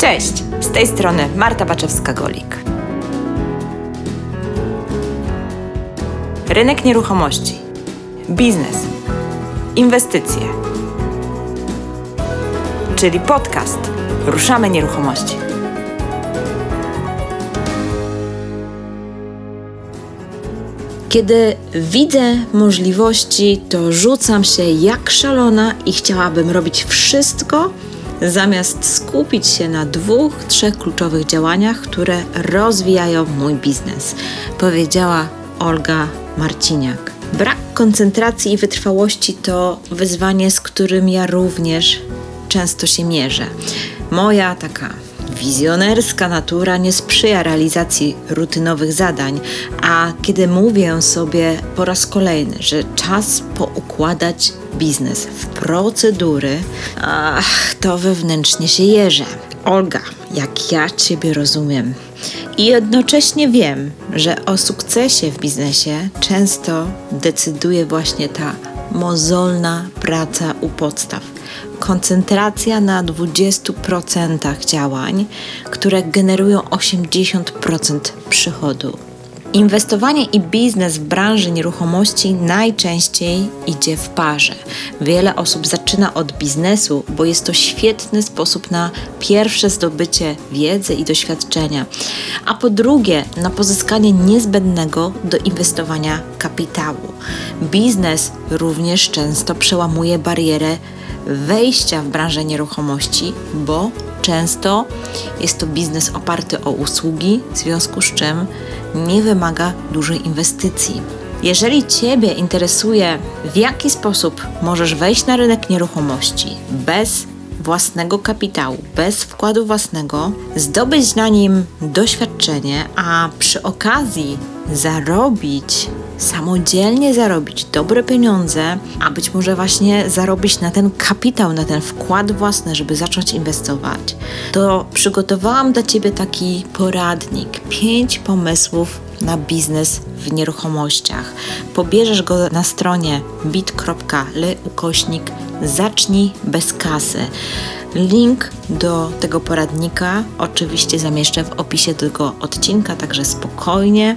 Cześć, z tej strony Marta Baczewska-Golik. Rynek nieruchomości, biznes, inwestycje, czyli podcast Ruszamy Nieruchomości. Kiedy widzę możliwości, to rzucam się jak szalona i chciałabym robić wszystko, zamiast skupić się na 2-3 kluczowych działaniach, które rozwijają mój biznes, powiedziała Olga Marciniak. Brak koncentracji i wytrwałości to wyzwanie, z którym ja również często się mierzę. Moja taka wizjonerska natura nie sprzyja realizacji rutynowych zadań, a kiedy mówię sobie po raz kolejny, że czas poukładać biznes w procedury, to wewnętrznie się jeżę. Olga, jak ja Ciebie rozumiem i jednocześnie wiem, że o sukcesie w biznesie często decyduje właśnie ta mozolna praca u podstaw. Koncentracja na 20% działań, które generują 80% przychodu. Inwestowanie i biznes w branży nieruchomości najczęściej idzie w parze. Wiele osób zaczyna od biznesu, bo jest to świetny sposób na pierwsze zdobycie wiedzy i doświadczenia, a po drugie na pozyskanie niezbędnego do inwestowania kapitału. Biznes również często przełamuje barierę wejścia w branżę nieruchomości, bo często jest to biznes oparty o usługi, w związku z czym nie wymaga dużej inwestycji. Jeżeli Ciebie interesuje, w jaki sposób możesz wejść na rynek nieruchomości bez własnego kapitału, bez wkładu własnego, zdobyć na nim doświadczenie, a przy okazji samodzielnie zarobić dobre pieniądze, a być może właśnie zarobić na ten kapitał, na ten wkład własny, żeby zacząć inwestować, to przygotowałam dla Ciebie taki poradnik, 5 pomysłów na biznes w nieruchomościach. Pobierzesz go na stronie bit.ly/zacznij bez kasy. Link do tego poradnika oczywiście zamieszczę w opisie tego odcinka, także spokojnie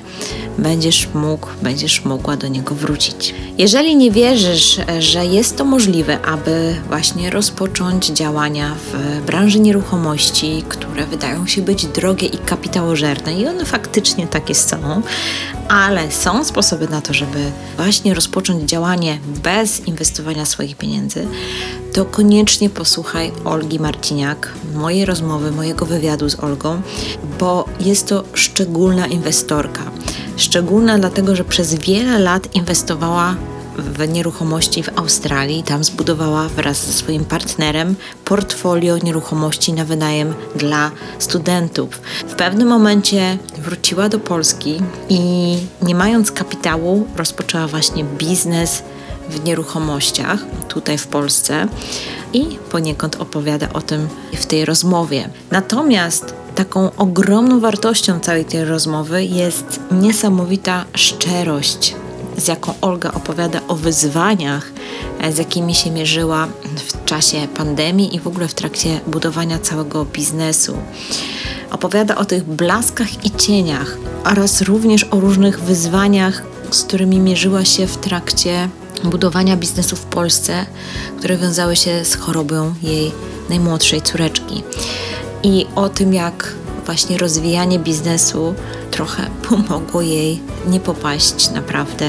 będziesz mogła do niego wrócić. Jeżeli nie wierzysz, że jest to możliwe, aby właśnie rozpocząć działania w branży nieruchomości, które wydają się być drogie i kapitałożerne, i one faktycznie takie są, ale są sposoby na to, żeby właśnie rozpocząć działanie bez inwestowania swoich pieniędzy, to koniecznie posłuchaj Olgi Marciniak, mojej rozmowy, mojego wywiadu z Olgą, bo jest to szczególna inwestorka. Szczególna dlatego, że przez wiele lat inwestowała w nieruchomości w Australii. Tam zbudowała wraz ze swoim partnerem portfolio nieruchomości na wynajem dla studentów. W pewnym momencie wróciła do Polski i nie mając kapitału rozpoczęła właśnie biznes w nieruchomościach tutaj w Polsce i poniekąd opowiada o tym w tej rozmowie. Natomiast taką ogromną wartością całej tej rozmowy jest niesamowita szczerość, z jaką Olga opowiada o wyzwaniach, z jakimi się mierzyła w czasie pandemii i w ogóle w trakcie budowania całego biznesu. Opowiada o tych blaskach i cieniach oraz również o różnych wyzwaniach, z którymi mierzyła się w trakcie budowania biznesu w Polsce, które wiązały się z chorobą jej najmłodszej córeczki. I o tym, jak właśnie rozwijanie biznesu trochę pomogło jej nie popaść naprawdę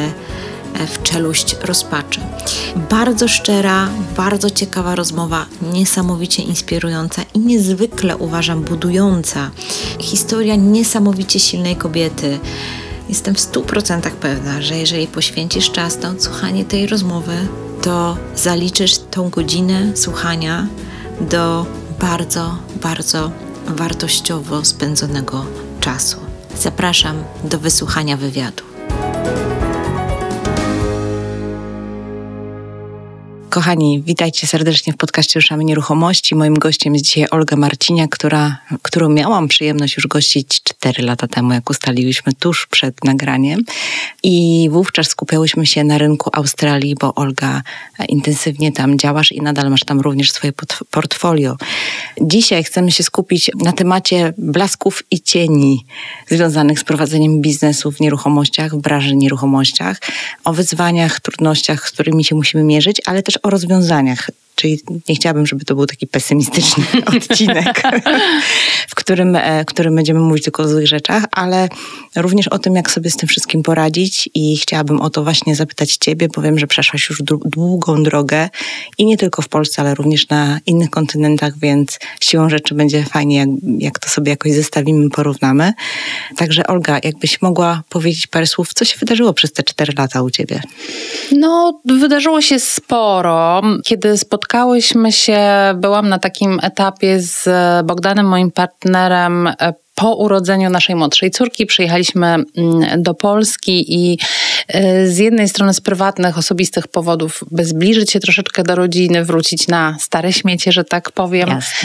w czeluść rozpaczy. Bardzo szczera, bardzo ciekawa rozmowa, niesamowicie inspirująca i niezwykle, uważam, budująca. Historia niesamowicie silnej kobiety. Jestem w 100% pewna, że jeżeli poświęcisz czas na odsłuchanie tej rozmowy, to zaliczysz tą godzinę słuchania do bardzo, bardzo wartościowo spędzonego czasu. Zapraszam do wysłuchania wywiadu. Kochani, witajcie serdecznie w podcaście Ruszamy Nieruchomości. Moim gościem jest dzisiaj Olga Marciniak, którą miałam przyjemność już gościć 4 lata temu, jak ustaliłyśmy tuż przed nagraniem. I wówczas skupiałyśmy się na rynku Australii, bo Olga, intensywnie tam działasz i nadal masz tam również swoje portfolio. Dzisiaj chcemy się skupić na temacie blasków i cieni związanych z prowadzeniem biznesu w nieruchomościach, w branży nieruchomościach, o wyzwaniach, trudnościach, z którymi się musimy mierzyć, ale też o rozwiązaniach. Czyli nie chciałabym, żeby to był taki pesymistyczny odcinek, w którym będziemy mówić tylko o złych rzeczach, ale również o tym, jak sobie z tym wszystkim poradzić i chciałabym o to właśnie zapytać Ciebie, bo wiem, że przeszłaś już długą drogę i nie tylko w Polsce, ale również na innych kontynentach, więc siłą rzeczy będzie fajnie, jak to sobie jakoś zestawimy, porównamy. Także Olga, jakbyś mogła powiedzieć parę słów, co się wydarzyło przez te 4 lata u Ciebie? No, wydarzyło się sporo. Kiedy spotkałyśmy się, byłam na takim etapie z Bogdanem, moim partnerem, po urodzeniu naszej młodszej córki. Przyjechaliśmy do Polski i z jednej strony z prywatnych, osobistych powodów, by zbliżyć się troszeczkę do rodziny, wrócić na stare śmiecie, że tak powiem. Jasne.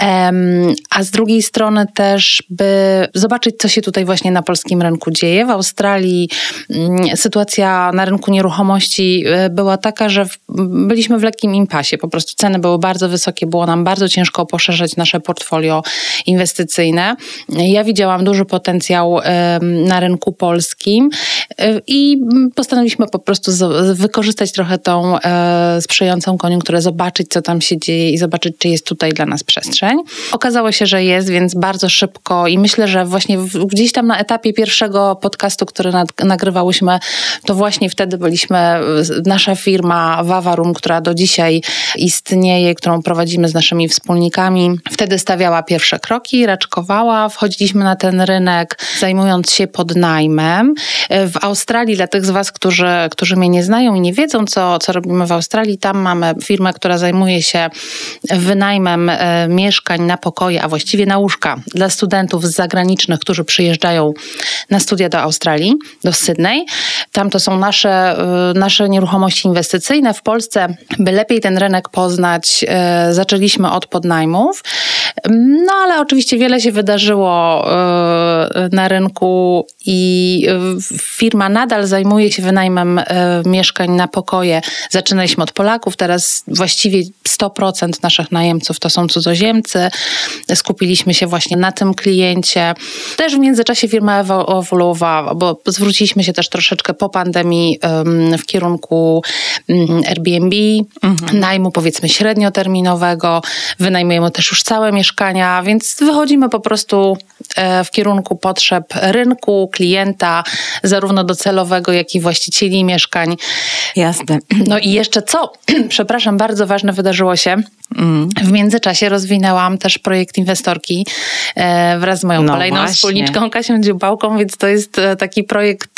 A z drugiej strony też, by zobaczyć, co się tutaj właśnie na polskim rynku dzieje. W Australii sytuacja na rynku nieruchomości była taka, że byliśmy w lekkim impasie. Po prostu ceny były bardzo wysokie, było nam bardzo ciężko poszerzać nasze portfolio inwestycyjne. Ja widziałam duży potencjał na rynku polskim i postanowiliśmy po prostu wykorzystać trochę tą sprzyjającą koniunkturę, zobaczyć, co tam się dzieje i zobaczyć, czy jest tutaj dla nas przestrzeń. Okazało się, że jest, więc bardzo szybko i myślę, że właśnie gdzieś tam na etapie pierwszego podcastu, który nagrywałyśmy, to właśnie wtedy nasza firma Vavarum, która do dzisiaj istnieje, którą prowadzimy z naszymi wspólnikami, wtedy stawiała pierwsze kroki, raczkowała, wchodziliśmy na ten rynek, zajmując się podnajmem. W Australii, dla tych z Was, którzy mnie nie znają i nie wiedzą, co robimy w Australii, tam mamy firmę, która zajmuje się wynajmem mieszkań na pokoje, a właściwie na łóżka dla studentów zagranicznych, którzy przyjeżdżają na studia do Australii, do Sydney. Tam to są nasze nieruchomości inwestycyjne. W Polsce, by lepiej ten rynek poznać, zaczęliśmy od podnajmów. No ale oczywiście wiele się wydarzyło na rynku i firma nadal zajmuje się wynajmem mieszkań na pokoje. Zaczynaliśmy od Polaków, teraz właściwie 100% naszych najemców to są cudzoziemcy. Skupiliśmy się właśnie na tym kliencie. Też w międzyczasie firma ewoluowała, bo zwróciliśmy się też troszeczkę po pandemii w kierunku Airbnb, najmu powiedzmy średnioterminowego. Wynajmujemy też już całe mieszkania, więc wychodzimy po prostu w kierunku potrzeb rynku, klienta, zarówno docelowego, jak i właścicieli mieszkań. Jasne. No i jeszcze co? Przepraszam, bardzo ważne wydarzyło się. W międzyczasie rozwinęłam też projekt inwestorki wraz z moją kolejną wspólniczką Kasią Dziubałką, więc to jest taki projekt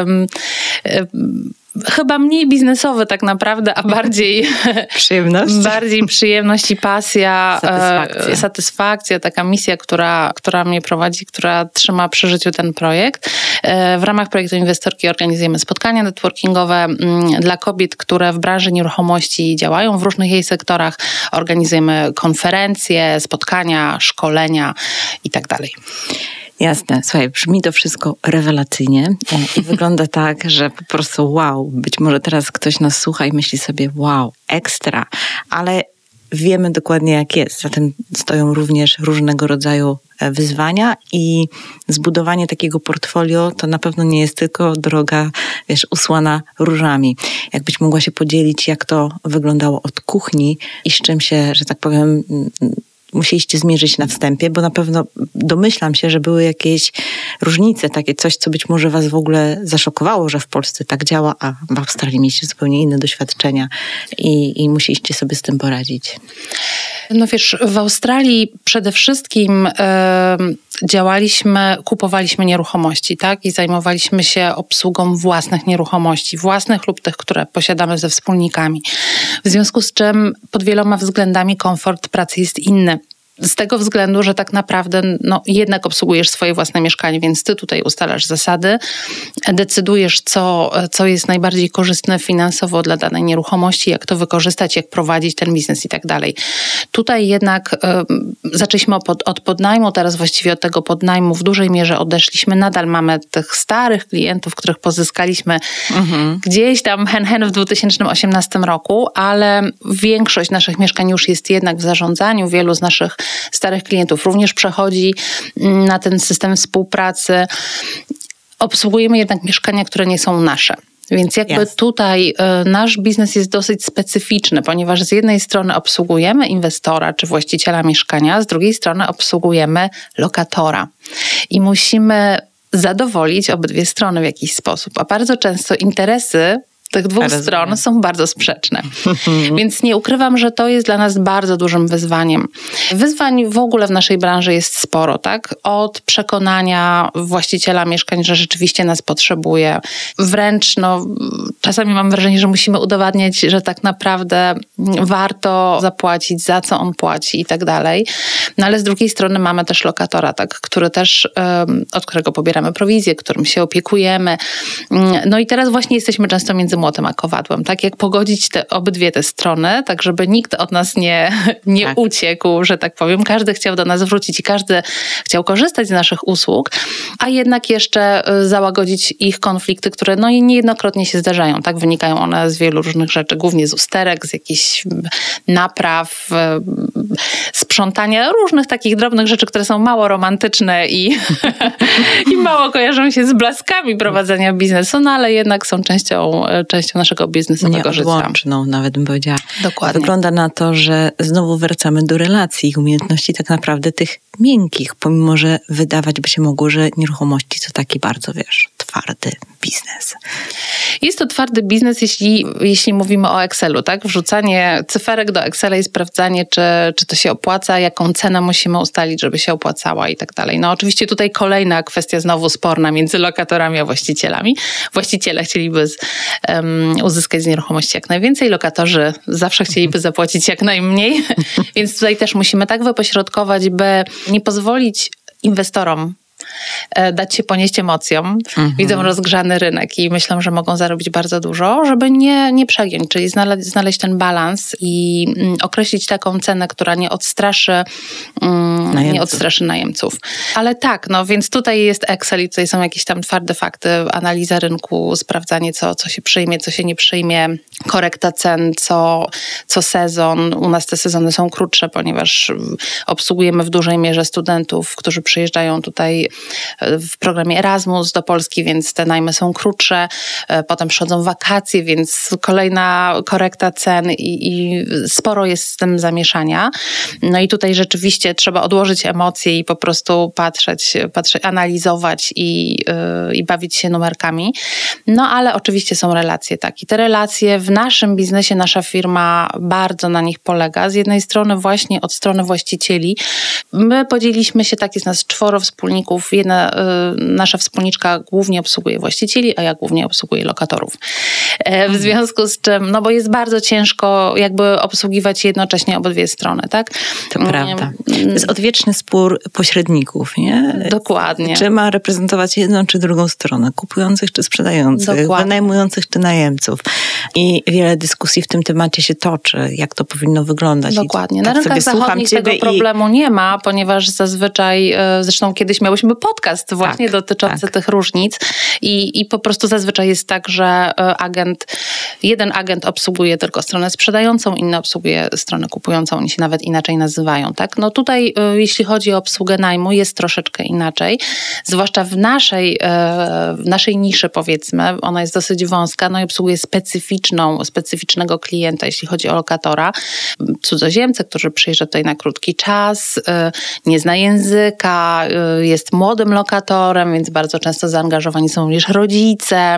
chyba mniej biznesowy tak naprawdę, a bardziej przyjemność i pasja, satysfakcja, taka misja, która mnie prowadzi, która trzyma przy życiu ten projekt. W ramach projektu inwestorki organizujemy spotkania networkingowe dla kobiet, które w branży nieruchomości działają w różnych jej sektorach. Organizujemy konferencje, spotkania, szkolenia i tak dalej. Jasne. Słuchaj, brzmi to wszystko rewelacyjnie i wygląda tak, że po prostu wow, być może teraz ktoś nas słucha i myśli sobie wow, ekstra, ale wiemy dokładnie jak jest. Zatem stoją również różnego rodzaju wyzwania i zbudowanie takiego portfolio to na pewno nie jest tylko droga, usłana różami. Jakbyś mogła się podzielić, jak to wyglądało od kuchni i z czym się, że tak powiem, musieliście zmierzyć na wstępie, bo na pewno domyślam się, że były jakieś różnice, takie coś, co być może was w ogóle zaszokowało, że w Polsce tak działa, a w Australii mieliście zupełnie inne doświadczenia i musieliście sobie z tym poradzić. No wiesz, w Australii przede wszystkim kupowaliśmy nieruchomości, tak? I zajmowaliśmy się obsługą własnych nieruchomości, własnych lub tych, które posiadamy ze wspólnikami. W związku z czym pod wieloma względami komfort pracy jest inny. Z tego względu, że tak naprawdę jednak obsługujesz swoje własne mieszkanie, więc ty tutaj ustalasz zasady, decydujesz, co jest najbardziej korzystne finansowo dla danej nieruchomości, jak to wykorzystać, jak prowadzić ten biznes i tak dalej. Tutaj jednak zaczęliśmy od podnajmu, teraz właściwie od tego podnajmu w dużej mierze odeszliśmy. Nadal mamy tych starych klientów, których pozyskaliśmy gdzieś tam hen w 2018 roku, ale większość naszych mieszkań już jest jednak w zarządzaniu. Wielu z naszych starych klientów również przechodzi na ten system współpracy. Obsługujemy jednak mieszkania, które nie są nasze. Więc jakby tutaj nasz biznes jest dosyć specyficzny, ponieważ z jednej strony obsługujemy inwestora czy właściciela mieszkania, z drugiej strony obsługujemy lokatora. I musimy zadowolić obydwie strony w jakiś sposób. A bardzo często interesy tych dwóch stron są bardzo sprzeczne. Więc nie ukrywam, że to jest dla nas bardzo dużym wyzwaniem. Wyzwań w ogóle w naszej branży jest sporo, tak? Od przekonania właściciela mieszkań, że rzeczywiście nas potrzebuje. Wręcz czasami mam wrażenie, że musimy udowadniać, że tak naprawdę warto zapłacić, za co on płaci i tak dalej. No ale z drugiej strony mamy też lokatora, tak? Który też, od którego pobieramy prowizję, którym się opiekujemy. No i teraz właśnie jesteśmy często między młotem a kowadłem, tak? Jak pogodzić obydwie te strony, tak żeby nikt od nas nie uciekł, że tak powiem. Każdy chciał do nas wrócić i każdy chciał korzystać z naszych usług, a jednak jeszcze załagodzić ich konflikty, które niejednokrotnie się zdarzają, tak? Wynikają one z wielu różnych rzeczy, głównie z usterek, z jakichś napraw, sprzątania, różnych takich drobnych rzeczy, które są mało romantyczne i mało kojarzą się z blaskami prowadzenia biznesu, ale jednak są częścią naszego biznesowego życia. Nieodłączną, nawet bym powiedziała. Dokładnie. Wygląda na to, że znowu wracamy do relacji i umiejętności tak naprawdę tych miękkich, pomimo że wydawać by się mogło, że nieruchomości to taki bardzo, twardy biznes. Jest to twardy biznes, jeśli mówimy o Excelu, tak? Wrzucanie cyferek do Excela i sprawdzanie, czy to się opłaca, jaką cenę musimy ustalić, żeby się opłacała i tak dalej. Oczywiście tutaj kolejna kwestia znowu sporna między lokatorami a właścicielami. Właściciele chcieliby uzyskać z nieruchomości jak najwięcej, lokatorzy zawsze chcieliby zapłacić jak najmniej, więc tutaj też musimy tak wypośrodkować, by nie pozwolić inwestorom dać się ponieść emocjom. Widzą rozgrzany rynek i myślą, że mogą zarobić bardzo dużo, żeby nie przegiąć, czyli znaleźć ten balans i określić taką cenę, która nie odstraszy najemców. Ale tak, więc tutaj jest Excel i tutaj są jakieś tam twarde fakty, analiza rynku, sprawdzanie co się przyjmie, co się nie przyjmie, korekta cen co sezon. U nas te sezony są krótsze, ponieważ obsługujemy w dużej mierze studentów, którzy przyjeżdżają tutaj w programie Erasmus do Polski, więc te najmy są krótsze. Potem przychodzą wakacje, więc kolejna korekta cen i sporo jest z tym zamieszania. I tutaj rzeczywiście trzeba odłożyć emocje i po prostu patrzeć, analizować i bawić się numerkami. Ale oczywiście są relacje, tak. I te relacje w naszym biznesie, nasza firma bardzo na nich polega. Z jednej strony właśnie od strony właścicieli. My podzieliliśmy się, tak jest nas 4 wspólników. Nasza wspólniczka głównie obsługuje właścicieli, a ja głównie obsługuję lokatorów. W związku z czym, bo jest bardzo ciężko jakby obsługiwać jednocześnie obydwie strony, tak? To prawda. To jest odwieczny spór pośredników, nie? Dokładnie. Czy ma reprezentować jedną czy drugą stronę, kupujących czy sprzedających, Dokładnie. wynajmujących czy najemców. I wiele dyskusji w tym temacie się toczy, jak to powinno wyglądać. Dokładnie. Tak na rynkach zachodnich tego problemu nie ma, ponieważ zazwyczaj, zresztą kiedyś miałyśmy podcast właśnie dotyczący tych różnic i po prostu zazwyczaj jest tak, że jeden agent obsługuje tylko stronę sprzedającą, inny obsługuje stronę kupującą, oni się nawet inaczej nazywają, tak? Tutaj jeśli chodzi o obsługę najmu jest troszeczkę inaczej, zwłaszcza w naszej niszy, powiedzmy, ona jest dosyć wąska, i obsługuje specyficznego klienta, jeśli chodzi o lokatora, cudzoziemcę, który przyjeżdża tutaj na krótki czas, nie zna języka, jest młodym lokatorem, więc bardzo często zaangażowani są również rodzice.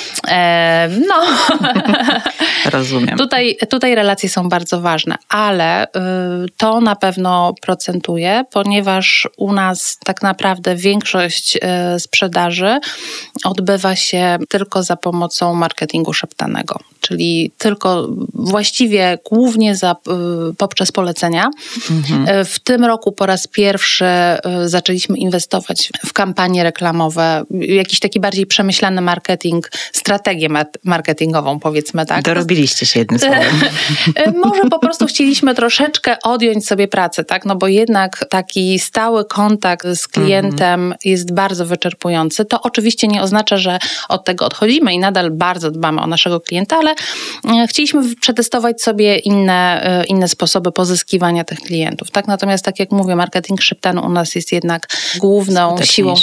Rozumiem. Tutaj relacje są bardzo ważne, ale to na pewno procentuje, ponieważ u nas tak naprawdę większość sprzedaży odbywa się tylko za pomocą marketingu szeptanego, czyli tylko właściwie głównie poprzez polecenia. W tym roku po raz pierwszy zaczęliśmy inwestować w kampanie reklamowe, jakiś taki bardziej przemyślany marketing, strategię marketingową, powiedzmy tak. Dorobiliście się jednym słowem. Może po prostu chcieliśmy troszeczkę odjąć sobie pracę, tak? No bo jednak taki stały kontakt z klientem jest bardzo wyczerpujący. To oczywiście nie oznacza, że od tego odchodzimy i nadal bardzo dbamy o naszego klienta, ale chcieliśmy przetestować sobie inne sposoby pozyskiwania tych klientów, tak? Natomiast tak jak mówię, marketing szeptany u nas jest jednak główną siłą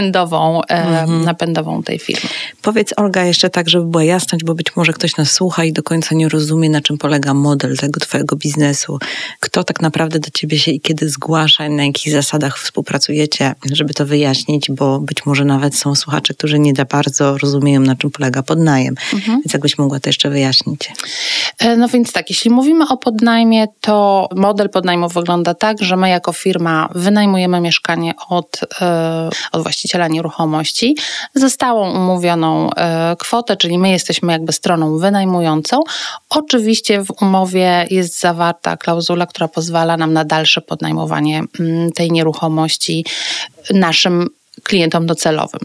napędową tej firmy. Powiedz, Olga, jeszcze tak, żeby była jasność, bo być może ktoś nas słucha i do końca nie rozumie, na czym polega model tego twojego biznesu. Kto tak naprawdę do ciebie się i kiedy zgłasza, na jakich zasadach współpracujecie, żeby to wyjaśnić, bo być może nawet są słuchacze, którzy nie za bardzo rozumieją, na czym polega podnajem. Więc jakbyś mogła to jeszcze wyjaśnić. No więc tak, jeśli mówimy o podnajmie, to model podnajmu wygląda tak, że my jako firma wynajmujemy mieszkanie od właściciela nieruchomości za stałą umówioną kwotę, czyli my jesteśmy jakby stroną wynajmującą. Oczywiście w umowie jest zawarta klauzula, która pozwala nam na dalsze podnajmowanie tej nieruchomości naszym klientom docelowym.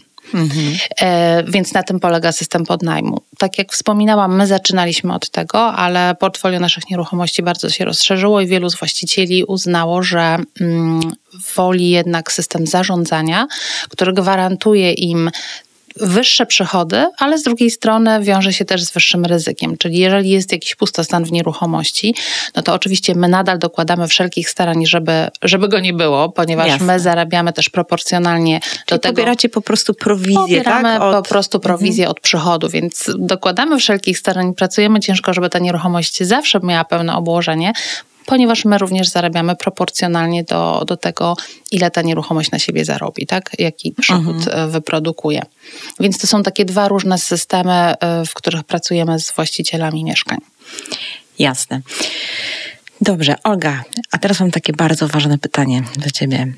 Więc na tym polega system podnajmu. Tak jak wspominałam, my zaczynaliśmy od tego, ale portfolio naszych nieruchomości bardzo się rozszerzyło i wielu z właścicieli uznało, że woli jednak system zarządzania, który gwarantuje im wyższe przychody, ale z drugiej strony wiąże się też z wyższym ryzykiem. Czyli jeżeli jest jakiś pustostan w nieruchomości, no to oczywiście my nadal dokładamy wszelkich starań, żeby go nie było, ponieważ my zarabiamy też proporcjonalnie do tego. Pobieracie po prostu prowizję, pobieramy tak? po prostu prowizję od przychodu, więc dokładamy wszelkich starań, pracujemy ciężko, żeby ta nieruchomość zawsze miała pełne obłożenie, ponieważ my również zarabiamy proporcjonalnie do tego, ile ta nieruchomość na siebie zarobi, tak? Jaki przychód wyprodukuje. Więc to są takie dwa różne systemy, w których pracujemy z właścicielami mieszkań. Jasne. Dobrze, Olga, a teraz mam takie bardzo ważne pytanie do ciebie.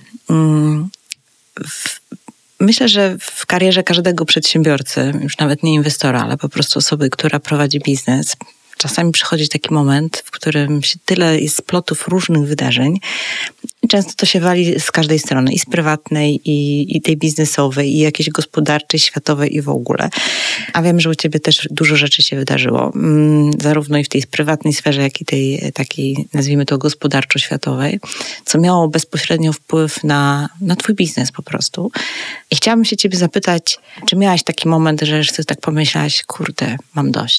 Myślę, że w karierze każdego przedsiębiorcy, już nawet nie inwestora, ale po prostu osoby, która prowadzi biznes, czasami przychodzi taki moment, w którym się tyle jest splotów różnych wydarzeń i często to się wali z każdej strony, i z prywatnej, i tej biznesowej, i jakiejś gospodarczej, światowej i w ogóle. A wiem, że u ciebie też dużo rzeczy się wydarzyło, zarówno i w tej prywatnej sferze, jak i tej takiej, nazwijmy to, gospodarczo-światowej, co miało bezpośrednio wpływ na twój biznes po prostu. I chciałabym się ciebie zapytać, czy miałaś taki moment, że sobie tak pomyślałaś, kurde, mam dość.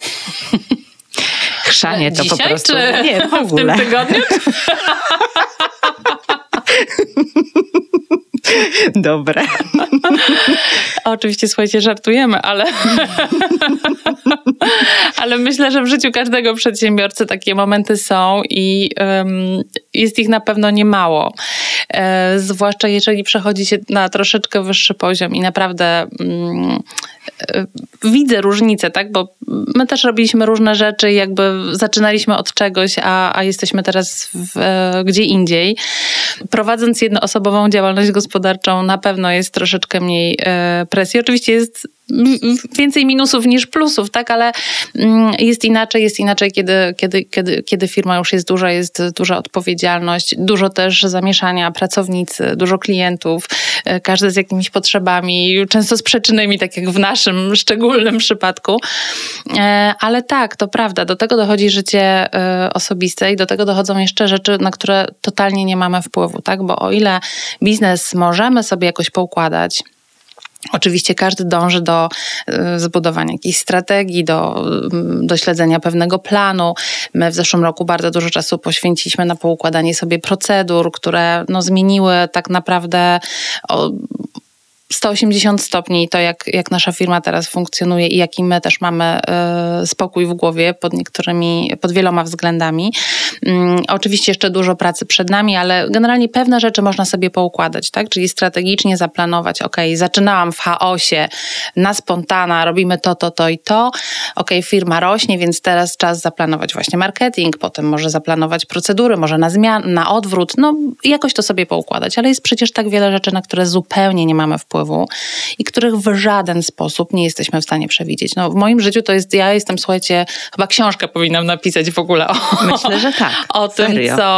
Chrzanie to dzisiaj, po prostu. Czy nie, w ogóle. W tym tygodniu? Dobre. Oczywiście, słuchajcie, żartujemy, ale myślę, że w życiu każdego przedsiębiorcy takie momenty są i jest ich na pewno niemało. Zwłaszcza jeżeli przechodzi się na troszeczkę wyższy poziom i naprawdę widzę różnicę, tak? Bo my też robiliśmy różne rzeczy, jakby zaczynaliśmy od czegoś, a jesteśmy teraz gdzie indziej. Prowadząc jednoosobową działalność gospodarczą, na pewno jest troszeczkę mniej presji. Oczywiście jest więcej minusów niż plusów, tak? Ale jest inaczej, kiedy firma już jest duża odpowiedzialność, dużo też zamieszania, pracownicy, dużo klientów, każdy z jakimiś potrzebami, często sprzecznymi, tak jak w naszym szczególnym przypadku. Ale tak, to prawda, do tego dochodzi życie osobiste i do tego dochodzą jeszcze rzeczy, na które totalnie nie mamy wpływu, tak? Bo o ile biznes możemy sobie jakoś poukładać, oczywiście każdy dąży do zbudowania jakiejś strategii, do śledzenia pewnego planu. My w zeszłym roku bardzo dużo czasu poświęciliśmy na poukładanie sobie procedur, które zmieniły tak naprawdę 180 stopni to, jak nasza firma teraz funkcjonuje i jaki my też mamy spokój w głowie pod wieloma względami. Oczywiście jeszcze dużo pracy przed nami, ale generalnie pewne rzeczy można sobie poukładać, tak? Czyli strategicznie zaplanować, zaczynałam w chaosie, na spontana, robimy to i to. Firma rośnie, więc teraz czas zaplanować właśnie marketing, potem może zaplanować procedury, może na odwrót, jakoś to sobie poukładać, ale jest przecież tak wiele rzeczy, na które zupełnie nie mamy wpływu i których w żaden sposób nie jesteśmy w stanie przewidzieć. W moim życiu to jest, ja jestem, słuchajcie, chyba książkę powinnam napisać w ogóle Myślę, że tak. o tym,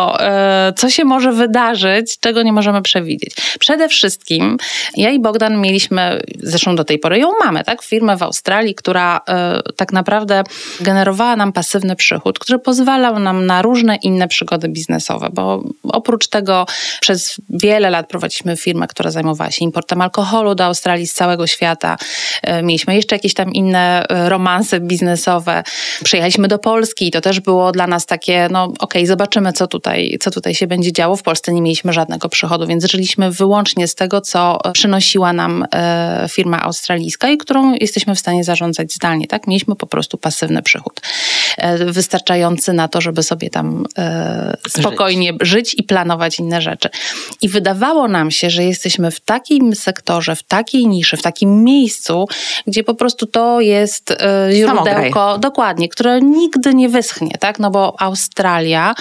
co się może wydarzyć, czego nie możemy przewidzieć. Przede wszystkim ja i Bogdan mieliśmy, zresztą do tej pory ją mamy, tak, firmę w Australii, która tak naprawdę generowała nam pasywny przychód, który pozwalał nam na różne inne przygody biznesowe, bo oprócz tego przez wiele lat prowadziliśmy firmę, która zajmowała się importem alkoholu do Australii z całego świata. Mieliśmy jeszcze jakieś tam inne romanse biznesowe. Przyjechaliśmy do Polski i to też było dla nas takie, zobaczymy, co tutaj się będzie działo. W Polsce nie mieliśmy żadnego przychodu, więc żyliśmy wyłącznie z tego, co przynosiła nam firma australijska i którą jesteśmy w stanie zarządzać zdalnie. Tak? Mieliśmy po prostu pasywny przychód. Wystarczający na to, żeby sobie tam spokojnie żyć i planować inne rzeczy. I wydawało nam się, że jesteśmy w takim sektorze, w takiej niszy, w takim miejscu, gdzie po prostu to jest źródełko, dokładnie, które nigdy nie wyschnie, tak? Bo Australia,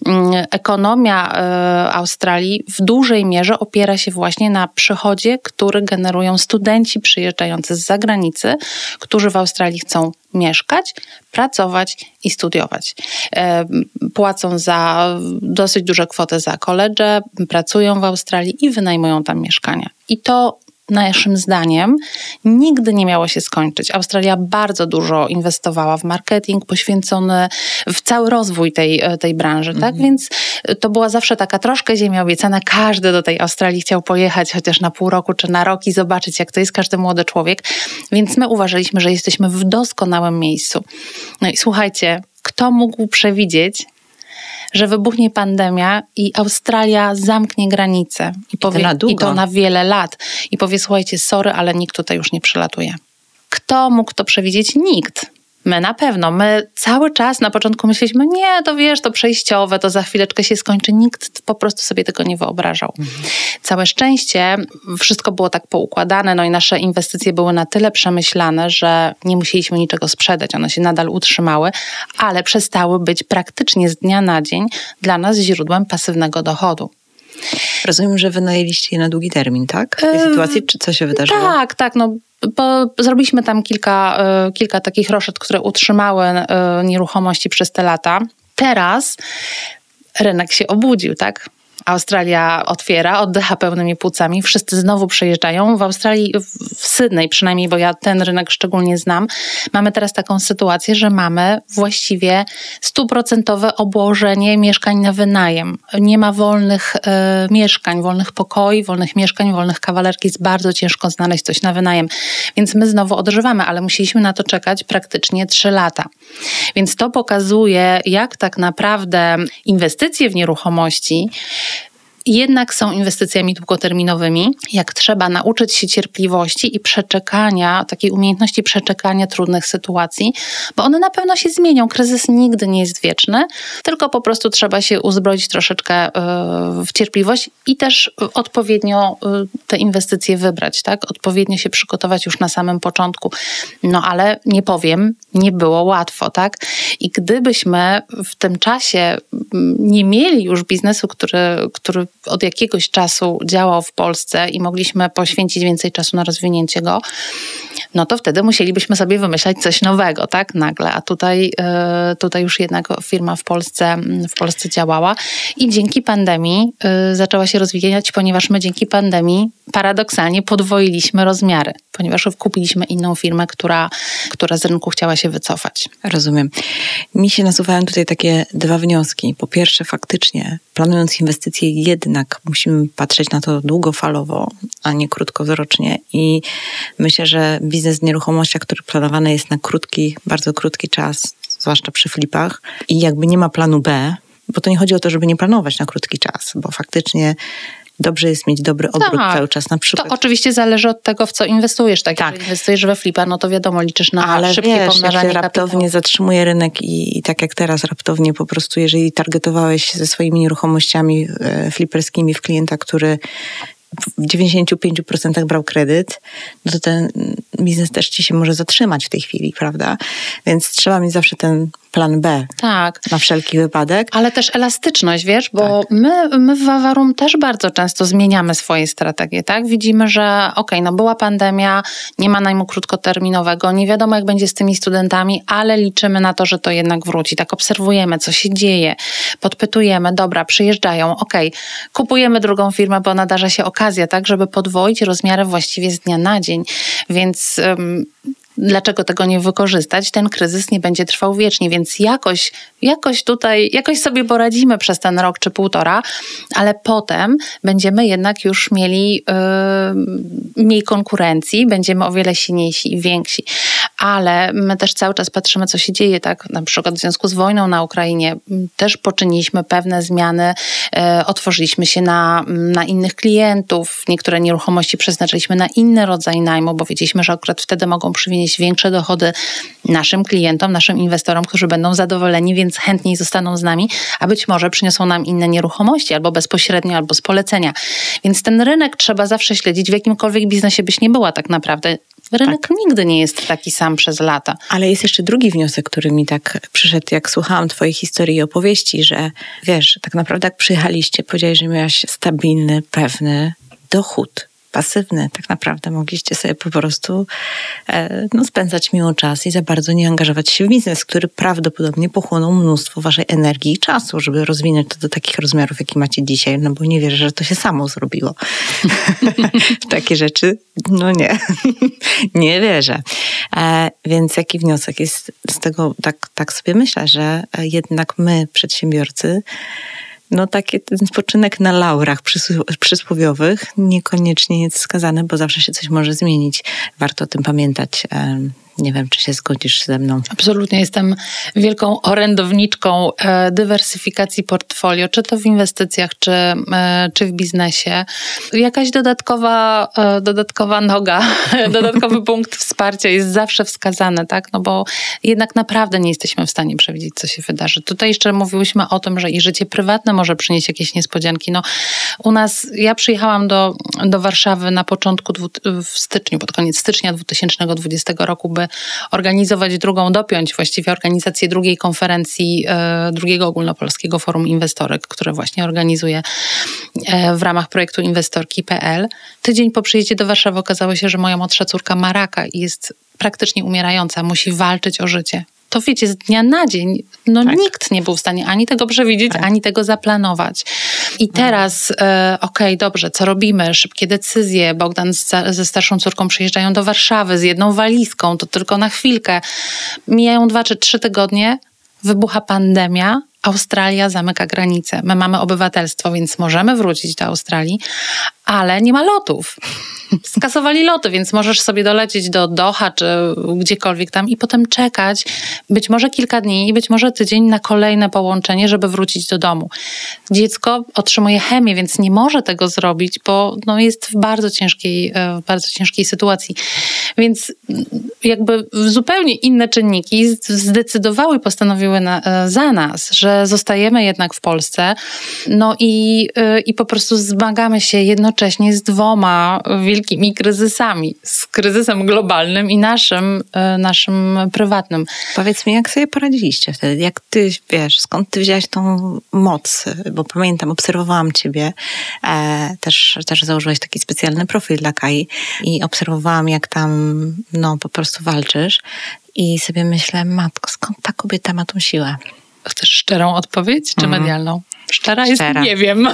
ekonomia Australii w dużej mierze opiera się właśnie na przychodzie, który generują studenci przyjeżdżający z zagranicy, którzy w Australii chcą mieszkać, pracować i studiować. Płacą dosyć duże kwoty za koledże, pracują w Australii i wynajmują tam mieszkania. I to naszym zdaniem nigdy nie miało się skończyć. Australia bardzo dużo inwestowała w marketing poświęcony w cały rozwój tej branży, tak? Więc to była zawsze taka troszkę ziemia obiecana. Każdy do tej Australii chciał pojechać chociaż na pół roku czy na rok i zobaczyć, jak to jest każdy młody człowiek. Więc my uważaliśmy, że jesteśmy w doskonałym miejscu. No i słuchajcie, kto mógł przewidzieć, że wybuchnie pandemia i Australia zamknie granice i to na wiele lat. I powie, słuchajcie, sorry, ale nikt tutaj już nie przylatuje. Kto mógł to przewidzieć? Nikt. My na pewno. My cały czas na początku myśleliśmy, nie, to wiesz, to przejściowe, to za chwileczkę się skończy. Nikt po prostu sobie tego nie wyobrażał. Całe szczęście wszystko było tak poukładane, i nasze inwestycje były na tyle przemyślane, że nie musieliśmy niczego sprzedać. One się nadal utrzymały, ale przestały być praktycznie z dnia na dzień dla nas źródłem pasywnego dochodu. Rozumiem, że wynajęliście je na długi termin, tak? W tej sytuacji, czy co się wydarzyło? Tak. Zrobiliśmy tam kilka takich roszyt, które utrzymały nieruchomości przez te lata. Teraz rynek się obudził, tak? Australia otwiera, oddycha pełnymi płucami, wszyscy znowu przyjeżdżają. W Australii, w Sydney przynajmniej, bo ja ten rynek szczególnie znam, mamy teraz taką sytuację, że mamy właściwie 100% obłożenie mieszkań na wynajem. Nie ma wolnych mieszkań, wolnych pokoi, wolnych mieszkań, wolnych kawalerki. Jest bardzo ciężko znaleźć coś na wynajem. Więc my znowu odżywamy, ale musieliśmy na to czekać praktycznie 3 lata. Więc to pokazuje, jak tak naprawdę inwestycje w nieruchomości jednak są inwestycjami długoterminowymi, jak trzeba nauczyć się cierpliwości i przeczekania, takiej umiejętności przeczekania trudnych sytuacji, bo one na pewno się zmienią. Kryzys nigdy nie jest wieczny, tylko po prostu trzeba się uzbroić troszeczkę w cierpliwość i też odpowiednio te inwestycje wybrać, tak? Odpowiednio się przygotować już na samym początku. Ale nie powiem, nie było łatwo, tak? I gdybyśmy w tym czasie nie mieli już biznesu, który od jakiegoś czasu działał w Polsce i mogliśmy poświęcić więcej czasu na rozwinięcie go, to wtedy musielibyśmy sobie wymyślać coś nowego, tak? Nagle. A tutaj już jednak firma w Polsce działała i dzięki pandemii zaczęła się rozwijać, ponieważ my dzięki pandemii paradoksalnie podwoiliśmy rozmiary, ponieważ kupiliśmy inną firmę, która z rynku chciała się wycofać. Rozumiem. Mi się nasuwają tutaj takie 2 wnioski. Po pierwsze, faktycznie planując inwestycje jednak musimy patrzeć na to długofalowo, a nie krótkowzrocznie i myślę, że biznes w nieruchomościach, który planowany jest na bardzo krótki czas, zwłaszcza przy flipach i jakby nie ma planu B, bo to nie chodzi o to, żeby nie planować na krótki czas, bo faktycznie dobrze jest mieć dobry obrót cały czas na przykład. To oczywiście zależy od tego, w co inwestujesz. Tak, jeżeli inwestujesz we flipa, no to wiadomo, liczysz na szybkie pomnażanie jak się raptownie kapitału. zatrzymuje rynek i tak jak teraz raptownie po prostu, jeżeli targetowałeś ze swoimi nieruchomościami fliperskimi w klienta, który w 95% brał kredyt, no to ten biznes też ci się może zatrzymać w tej chwili, prawda? Więc trzeba mieć zawsze ten plan B na wszelki wypadek. Ale też elastyczność, wiesz, bo my w Vavarum też bardzo często zmieniamy swoje strategie, tak? Widzimy, że no była pandemia, nie ma najmu krótkoterminowego, nie wiadomo jak będzie z tymi studentami, ale liczymy na to, że to jednak wróci. Tak obserwujemy, co się dzieje, podpytujemy, dobra, przyjeżdżają, kupujemy drugą firmę, bo nadarza się okazja, tak, żeby podwoić rozmiary właściwie z dnia na dzień. Więc dlaczego tego nie wykorzystać? Ten kryzys nie będzie trwał wiecznie, więc jakoś sobie poradzimy przez ten rok czy półtora, ale potem będziemy jednak już mieli mniej konkurencji, będziemy o wiele silniejsi i więksi. Ale my też cały czas patrzymy, co się dzieje, tak? Na przykład w związku z wojną na Ukrainie też poczyniliśmy pewne zmiany, otworzyliśmy się na innych klientów, niektóre nieruchomości przeznaczyliśmy na inny rodzaj najmu, bo wiedzieliśmy, że akurat wtedy mogą przywieźć większe dochody naszym klientom, naszym inwestorom, którzy będą zadowoleni, więc chętniej zostaną z nami, a być może przyniosą nam inne nieruchomości, albo bezpośrednio, albo z polecenia. Więc ten rynek trzeba zawsze śledzić, w jakimkolwiek biznesie byś nie była tak naprawdę. Rynek nigdy nie jest taki sam przez lata. Ale jest jeszcze drugi wniosek, który mi tak przyszedł, jak słuchałam twojej historii i opowieści, że wiesz, tak naprawdę jak przyjechaliście, powiedziałeś, że miałaś stabilny, pewny dochód. Pasywny, tak naprawdę mogliście sobie po prostu spędzać miło czas i za bardzo nie angażować się w biznes, który prawdopodobnie pochłonął mnóstwo waszej energii i czasu, żeby rozwinąć to do takich rozmiarów, jakie macie dzisiaj, no bo nie wierzę, że to się samo zrobiło. Takie rzeczy, no nie. Nie wierzę. Więc jaki wniosek jest z tego, tak sobie myślę, że jednak my, przedsiębiorcy, no taki ten spoczynek na laurach przysłowiowych niekoniecznie jest wskazany, bo zawsze się coś może zmienić. Warto o tym pamiętać. Nie wiem, czy się zgodzisz ze mną. Absolutnie, jestem wielką orędowniczką dywersyfikacji portfolio, czy to w inwestycjach, czy w biznesie. Jakaś dodatkowa noga, dodatkowy punkt wsparcia jest zawsze wskazany, tak? No bo jednak naprawdę nie jesteśmy w stanie przewidzieć, co się wydarzy. Tutaj jeszcze mówiłyśmy o tym, że i życie prywatne może przynieść jakieś niespodzianki. No, u nas, ja przyjechałam do Warszawy na początku w styczniu, pod koniec stycznia 2020 roku, by dopiąć właściwie organizację drugiej konferencji, drugiego ogólnopolskiego forum inwestorek, które właśnie organizuję w ramach projektu Inwestorki.pl. Tydzień po przyjeździe do Warszawy okazało się, że moja młodsza córka ma raka i jest praktycznie umierająca, musi walczyć o życie. To wiecie, z dnia na dzień nikt nie był w stanie ani tego przewidzieć, ani tego zaplanować. I teraz, dobrze, co robimy? Szybkie decyzje. Bogdan ze starszą córką przyjeżdżają do Warszawy z jedną walizką, to tylko na chwilkę. Mijają 2 czy 3 tygodnie, wybucha pandemia, Australia zamyka granice. My mamy obywatelstwo, więc możemy wrócić do Australii, ale nie ma lotów. Skasowali loty, więc możesz sobie dolecieć do Doha czy gdziekolwiek tam i potem czekać być może kilka dni, być może tydzień na kolejne połączenie, żeby wrócić do domu. Dziecko otrzymuje chemię, więc nie może tego zrobić, bo jest w bardzo ciężkiej sytuacji. Więc jakby zupełnie inne czynniki zdecydowały i postanowiły za nas, że zostajemy jednak w Polsce. No i po prostu zmagamy się jednocześnie z 2 wielkimi kryzysami. Z kryzysem globalnym i naszym prywatnym. Powiedz mi, jak sobie poradziliście wtedy? Jak ty, wiesz, skąd ty wzięłaś tą moc? Bo pamiętam, obserwowałam ciebie. Też założyłaś taki specjalny profil dla Kai i obserwowałam, jak tam po prostu walczysz. I sobie myślę, matko, skąd ta kobieta ma tą siłę? Chcesz szczerą odpowiedź, czy medialną? Szczera jest, nie wiem.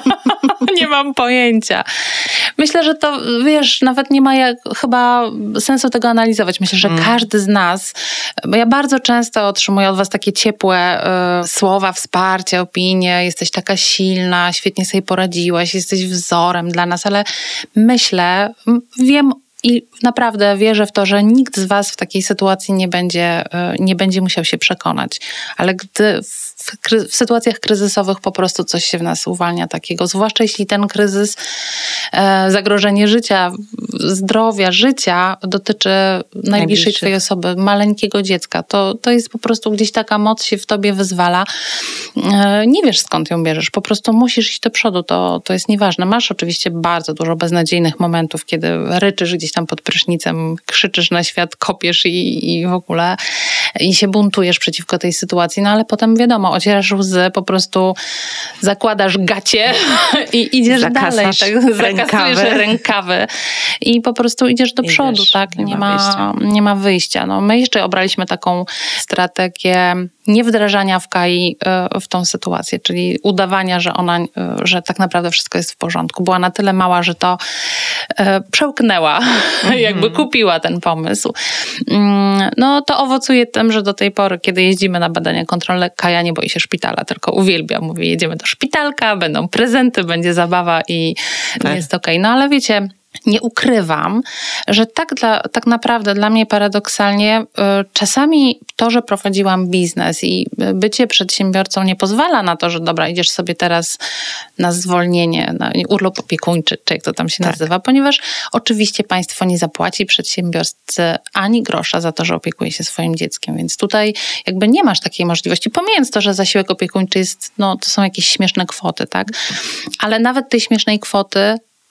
Nie mam pojęcia. Myślę, że to, wiesz, nawet nie ma chyba sensu tego analizować. Myślę, że każdy z nas, bo ja bardzo często otrzymuję od was takie ciepłe słowa, wsparcie, opinie. Jesteś taka silna, świetnie sobie poradziłaś, jesteś wzorem dla nas, ale myślę, wiem i naprawdę wierzę w to, że nikt z was w takiej sytuacji nie będzie musiał się przekonać. Ale gdy w sytuacjach kryzysowych po prostu coś się w nas uwalnia takiego, zwłaszcza jeśli ten kryzys, zagrożenie życia, zdrowia, życia dotyczy najbliższej twojej osoby, maleńkiego dziecka. To jest po prostu gdzieś taka moc się w tobie wyzwala. Nie wiesz, skąd ją bierzesz. Po prostu musisz iść do przodu. To jest nieważne. Masz oczywiście bardzo dużo beznadziejnych momentów, kiedy ryczysz gdzieś tam pod prysznicem, krzyczysz na świat, kopiesz i w ogóle i się buntujesz przeciwko tej sytuacji. No ale potem wiadomo, ocierasz łzy, po prostu zakładasz gacie i idziesz dalej. Tak, zakasujesz rękawy i po prostu idziesz do przodu. Tak? Nie ma wyjścia. No, my jeszcze obraliśmy taką strategię niewdrażania w Kai w tą sytuację, czyli udawania, że tak naprawdę wszystko jest w porządku. Była na tyle mała, że to przełknęła, jakby kupiła ten pomysł. No to owocuje tym, że do tej pory, kiedy jeździmy na badania kontrolne, Kaja nie boi się szpitala, tylko uwielbia. Mówi, jedziemy do szpitalka, będą prezenty, będzie zabawa i jest okej. No ale wiecie, nie ukrywam, że tak naprawdę dla mnie paradoksalnie czasami to, że prowadziłam biznes i bycie przedsiębiorcą nie pozwala na to, że dobra, idziesz sobie teraz na zwolnienie, na urlop opiekuńczy, czy jak to tam się nazywa, ponieważ oczywiście państwo nie zapłaci przedsiębiorcy ani grosza za to, że opiekuje się swoim dzieckiem, więc tutaj jakby nie masz takiej możliwości, pomijając to, że zasiłek opiekuńczy jest, no to są jakieś śmieszne kwoty, tak? Ale nawet tej śmiesznej kwoty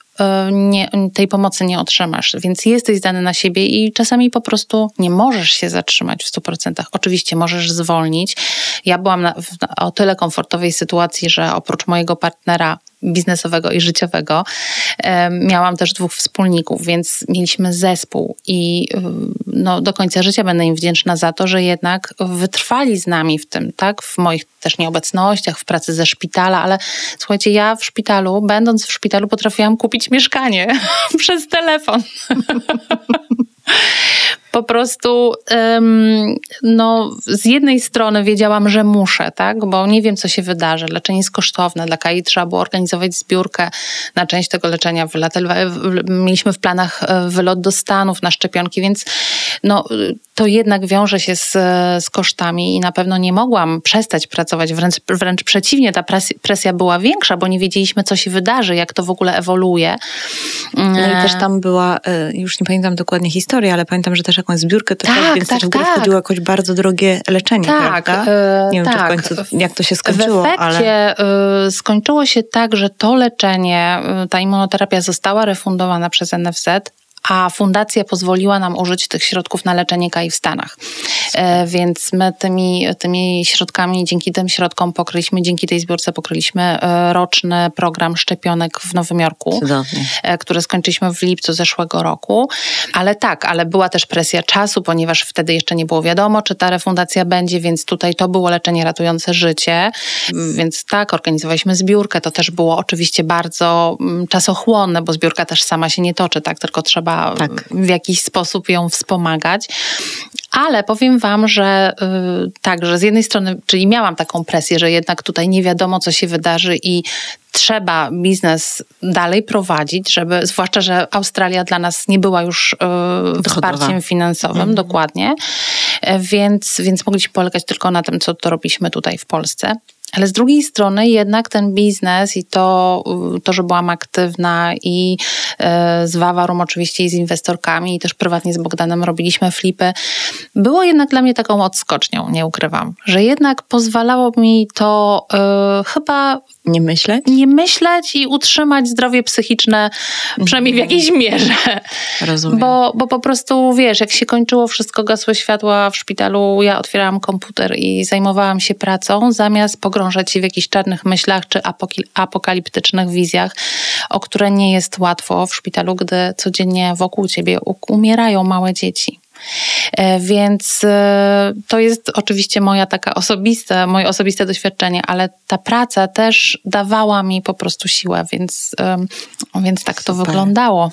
tej pomocy nie otrzymasz, więc jesteś zdany na siebie i czasami po prostu nie możesz się zatrzymać w 100%. Oczywiście możesz zwolnić. Ja byłam o tyle komfortowej sytuacji, że oprócz mojego partnera biznesowego i życiowego miałam też 2 wspólników, więc mieliśmy zespół i no, do końca życia będę im wdzięczna za to, że jednak wytrwali z nami w tym, tak? W moich też nieobecnościach, w pracy ze szpitala, ale słuchajcie, ja będąc w szpitalu potrafiłam kupić mieszkanie przez telefon. Po prostu z jednej strony wiedziałam, że muszę, tak? Bo nie wiem, co się wydarzy. Leczenie jest kosztowne. Dla Kai trzeba było organizować zbiórkę na część tego leczenia. Mieliśmy w planach wylot do Stanów na szczepionki, więc to jednak wiąże się z kosztami i na pewno nie mogłam przestać pracować. Wręcz przeciwnie, ta presja była większa, bo nie wiedzieliśmy, co się wydarzy, jak to w ogóle ewoluuje. No i też tam była, już nie pamiętam dokładnie historii, ale pamiętam, że też jakąś zbiórkę to więc też w górę wchodziło jakoś bardzo drogie leczenie, prawda? Nie wiem, czy w końcu jak to się skończyło. W efekcie skończyło się tak, że to leczenie, ta immunoterapia została refundowana przez NFZ, a fundacja pozwoliła nam użyć tych środków na leczenie Kai w Stanach. Więc my tymi środkami, dzięki tym środkom dzięki tej zbiórce pokryliśmy roczny program szczepionek w Nowym Jorku, który skończyliśmy w lipcu zeszłego roku. Ale była też presja czasu, ponieważ wtedy jeszcze nie było wiadomo, czy ta refundacja będzie, więc tutaj to było leczenie ratujące życie. Więc organizowaliśmy zbiórkę. To też było oczywiście bardzo czasochłonne, bo zbiórka też sama się nie toczy, tak? Tylko trzeba w jakiś sposób ją wspomagać. Ale powiem wam, że że z jednej strony, czyli miałam taką presję, że jednak tutaj nie wiadomo, co się wydarzy i trzeba biznes dalej prowadzić, zwłaszcza, że Australia dla nas nie była już wsparciem finansowym, dokładnie, więc mogliśmy polegać tylko na tym, co to robiliśmy tutaj w Polsce. Ale z drugiej strony jednak ten biznes i to, że byłam aktywna i z Wawarum oczywiście i z inwestorkami i też prywatnie z Bogdanem robiliśmy flipy, było jednak dla mnie taką odskocznią, nie ukrywam, że jednak pozwalało mi to chyba nie myśleć i utrzymać zdrowie psychiczne, przynajmniej w jakiejś mierze. Rozumiem. Bo po prostu, wiesz, jak się kończyło wszystko, gasły światła w szpitalu, ja otwierałam komputer i zajmowałam się pracą, zamiast pogrążać się w jakichś czarnych myślach czy apokaliptycznych wizjach, o które nie jest łatwo w szpitalu, gdy codziennie wokół ciebie umierają małe dzieci. Więc to jest oczywiście moje osobiste doświadczenie, ale ta praca też dawała mi po prostu siłę, więc tak to wyglądało.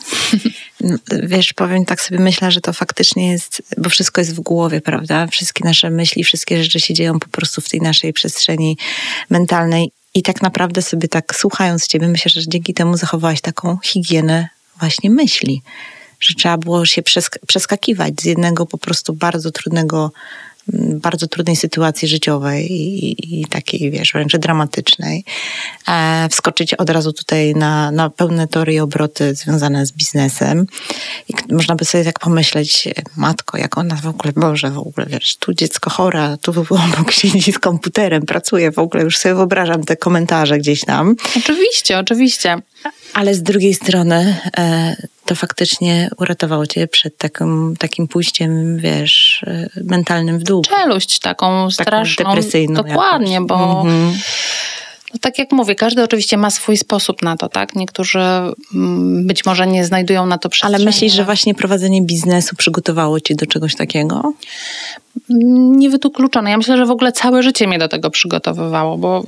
Wiesz, powiem, tak sobie myślę, że to faktycznie jest, bo wszystko jest w głowie, prawda? Wszystkie nasze myśli, wszystkie rzeczy się dzieją po prostu w tej naszej przestrzeni mentalnej i tak naprawdę sobie tak słuchając ciebie, myślę, że dzięki temu zachowałaś taką higienę właśnie myśli, że trzeba było się przeskakiwać z jednego po prostu bardzo trudnego bardzo trudnej sytuacji życiowej i takiej, wiesz, wręcz dramatycznej, wskoczyć od razu tutaj na pełne tory i obroty związane z biznesem. I można by sobie tak pomyśleć, matko, jak ona w ogóle, wiesz, tu dziecko chore, a tu obok siedzi z komputerem, pracuje, w ogóle już sobie wyobrażam te komentarze gdzieś tam. Oczywiście. Ale z drugiej strony to faktycznie uratowało cię przed takim pójściem, wiesz, mentalnym w dół. Czeluść taką straszną. Depresyjną. Dokładnie, bo no tak jak mówię, każdy oczywiście ma swój sposób na to, tak? Niektórzy być może nie znajdują na to przestrzeni. Ale myślisz, że właśnie prowadzenie biznesu przygotowało cię do czegoś takiego? Niewykluczone. Ja myślę, że w ogóle całe życie mnie do tego przygotowywało, bo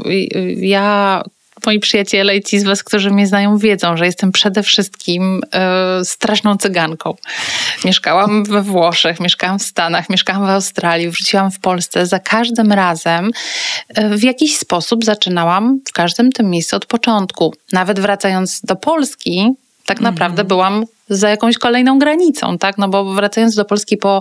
moi przyjaciele i ci z was, którzy mnie znają, wiedzą, że jestem przede wszystkim straszną cyganką. Mieszkałam we Włoszech, mieszkałam w Stanach, mieszkałam w Australii, wróciłam w Polsce. Za każdym razem w jakiś sposób zaczynałam w każdym tym miejscu od początku. Nawet wracając do Polski, tak naprawdę byłam za jakąś kolejną granicą, tak? No bo wracając do Polski po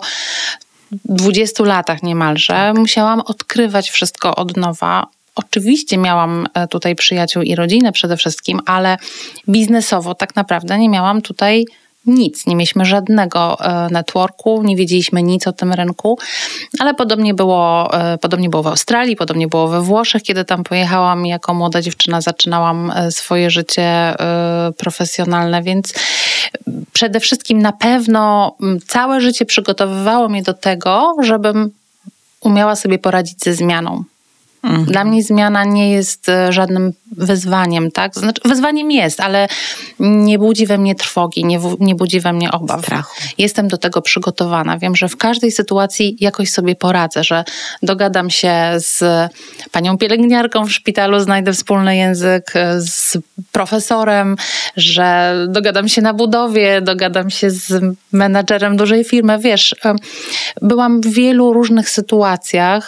20 latach niemalże, musiałam odkrywać wszystko od nowa. Oczywiście miałam tutaj przyjaciół i rodzinę przede wszystkim, ale biznesowo tak naprawdę nie miałam tutaj nic. Nie mieliśmy żadnego networku, nie wiedzieliśmy nic o tym rynku, ale podobnie było w Australii, podobnie było we Włoszech, kiedy tam pojechałam i jako młoda dziewczyna zaczynałam swoje życie profesjonalne, więc przede wszystkim na pewno całe życie przygotowywało mnie do tego, żebym umiała sobie poradzić ze zmianą. Dla mnie zmiana nie jest żadnym wyzwaniem, tak? Znaczy, wyzwaniem jest, ale nie budzi we mnie trwogi, nie budzi we mnie obaw. Strachu. Jestem do tego przygotowana. Wiem, że w każdej sytuacji jakoś sobie poradzę, że dogadam się z panią pielęgniarką w szpitalu, znajdę wspólny język z profesorem, że dogadam się na budowie, dogadam się z menadżerem dużej firmy. Wiesz, byłam w wielu różnych sytuacjach.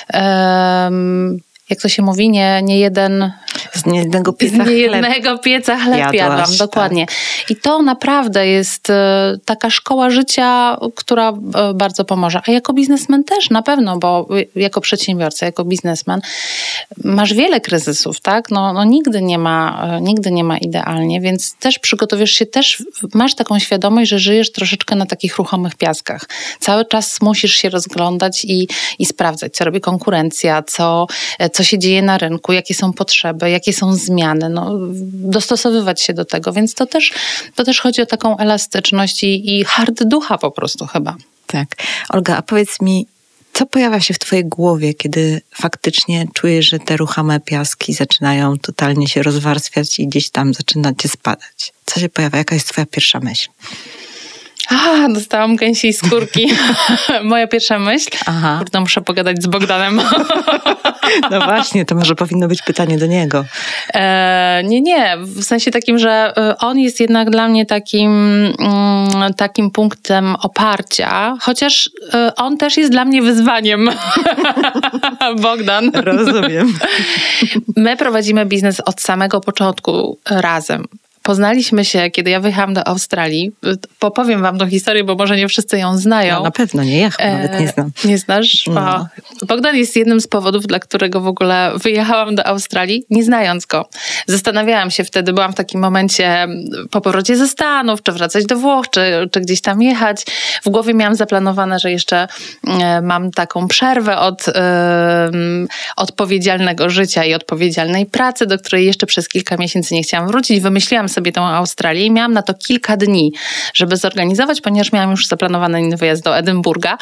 Jak to się mówi, nie jeden... Z niejednego pieca chleb jadłam, dokładnie. Tak. I to naprawdę jest taka szkoła życia, która bardzo pomoże. A jako biznesmen też na pewno, bo jako przedsiębiorca, jako biznesmen masz wiele kryzysów, tak? No nigdy nie ma idealnie, więc też przygotowujesz się, też masz taką świadomość, że żyjesz troszeczkę na takich ruchomych piaskach. Cały czas musisz się rozglądać i sprawdzać, co robi konkurencja, co się dzieje na rynku, jakie są potrzeby, jakie są zmiany, dostosowywać się do tego, więc to też chodzi o taką elastyczność i hard ducha po prostu chyba. Tak. Olga, a powiedz mi, co pojawia się w twojej głowie, kiedy faktycznie czujesz, że te ruchome piaski zaczynają totalnie się rozwarstwiać i gdzieś tam zaczyna cię spadać? Co się pojawia? Jaka jest twoja pierwsza myśl? Dostałam gęsiej skórki. Moja pierwsza myśl. Kurde, muszę pogadać z Bogdanem. No właśnie, to może powinno być pytanie do niego. Nie. W sensie takim, że on jest jednak dla mnie takim punktem oparcia, chociaż on też jest dla mnie wyzwaniem. Bogdan. Rozumiem. My prowadzimy biznes od samego początku razem. Poznaliśmy się, kiedy ja wyjechałam do Australii. Popowiem wam tą historię, bo może nie wszyscy ją znają. No, na pewno nie, ja nawet nie znam. Nie znasz? No. Bogdan jest jednym z powodów, dla którego w ogóle wyjechałam do Australii, nie znając go. Zastanawiałam się wtedy, byłam w takim momencie po powrocie ze Stanów, czy wracać do Włoch, czy gdzieś tam jechać. W głowie miałam zaplanowane, że jeszcze mam taką przerwę od odpowiedzialnego życia i odpowiedzialnej pracy, do której jeszcze przez kilka miesięcy nie chciałam wrócić. Wymyśliłam sobie tą Australię i miałam na to kilka dni, żeby zorganizować, ponieważ miałam już zaplanowany inny wyjazd do Edynburga.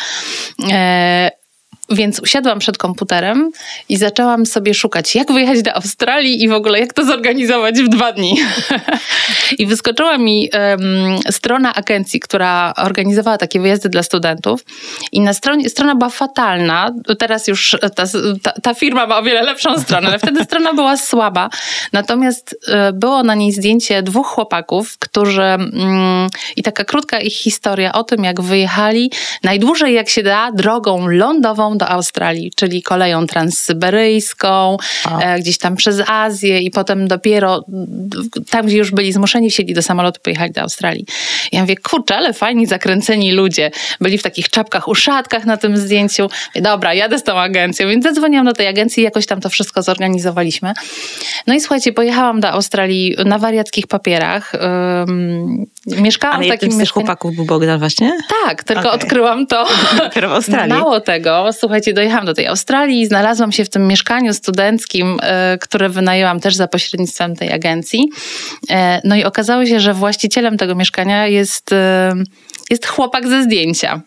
Więc usiadłam przed komputerem i zaczęłam sobie szukać, jak wyjechać do Australii i w ogóle jak to zorganizować w 2 dni. I wyskoczyła mi strona agencji, która organizowała takie wyjazdy dla studentów. I na strona była fatalna. Teraz już ta firma ma o wiele lepszą stronę, ale wtedy strona była słaba. Natomiast było na niej zdjęcie 2 chłopaków, którzy i taka krótka ich historia o tym, jak wyjechali najdłużej jak się da drogą lądową do Australii, czyli koleją transsyberyjską, gdzieś tam przez Azję i potem dopiero tam, gdzie już byli zmuszeni, wsiedli do samolotu, pojechali do Australii. Ja mówię, kurczę, ale fajni, zakręceni ludzie. Byli w takich czapkach, uszatkach na tym zdjęciu. Mówię, dobra, jadę z tą agencją. Więc zadzwoniłam do tej agencji i jakoś tam to wszystko zorganizowaliśmy. No i słuchajcie, pojechałam do Australii na wariackich papierach. Mieszkałam ale w takim jednym z tych chłopaków był Bogdan właśnie? Tak, tylko odkryłam to dopiero w Australii. Mało tego, słuchajcie, dojechałam do tej Australii i znalazłam się w tym mieszkaniu studenckim, które wynajęłam też za pośrednictwem tej agencji. No i okazało się, że właścicielem tego mieszkania jest chłopak ze zdjęcia.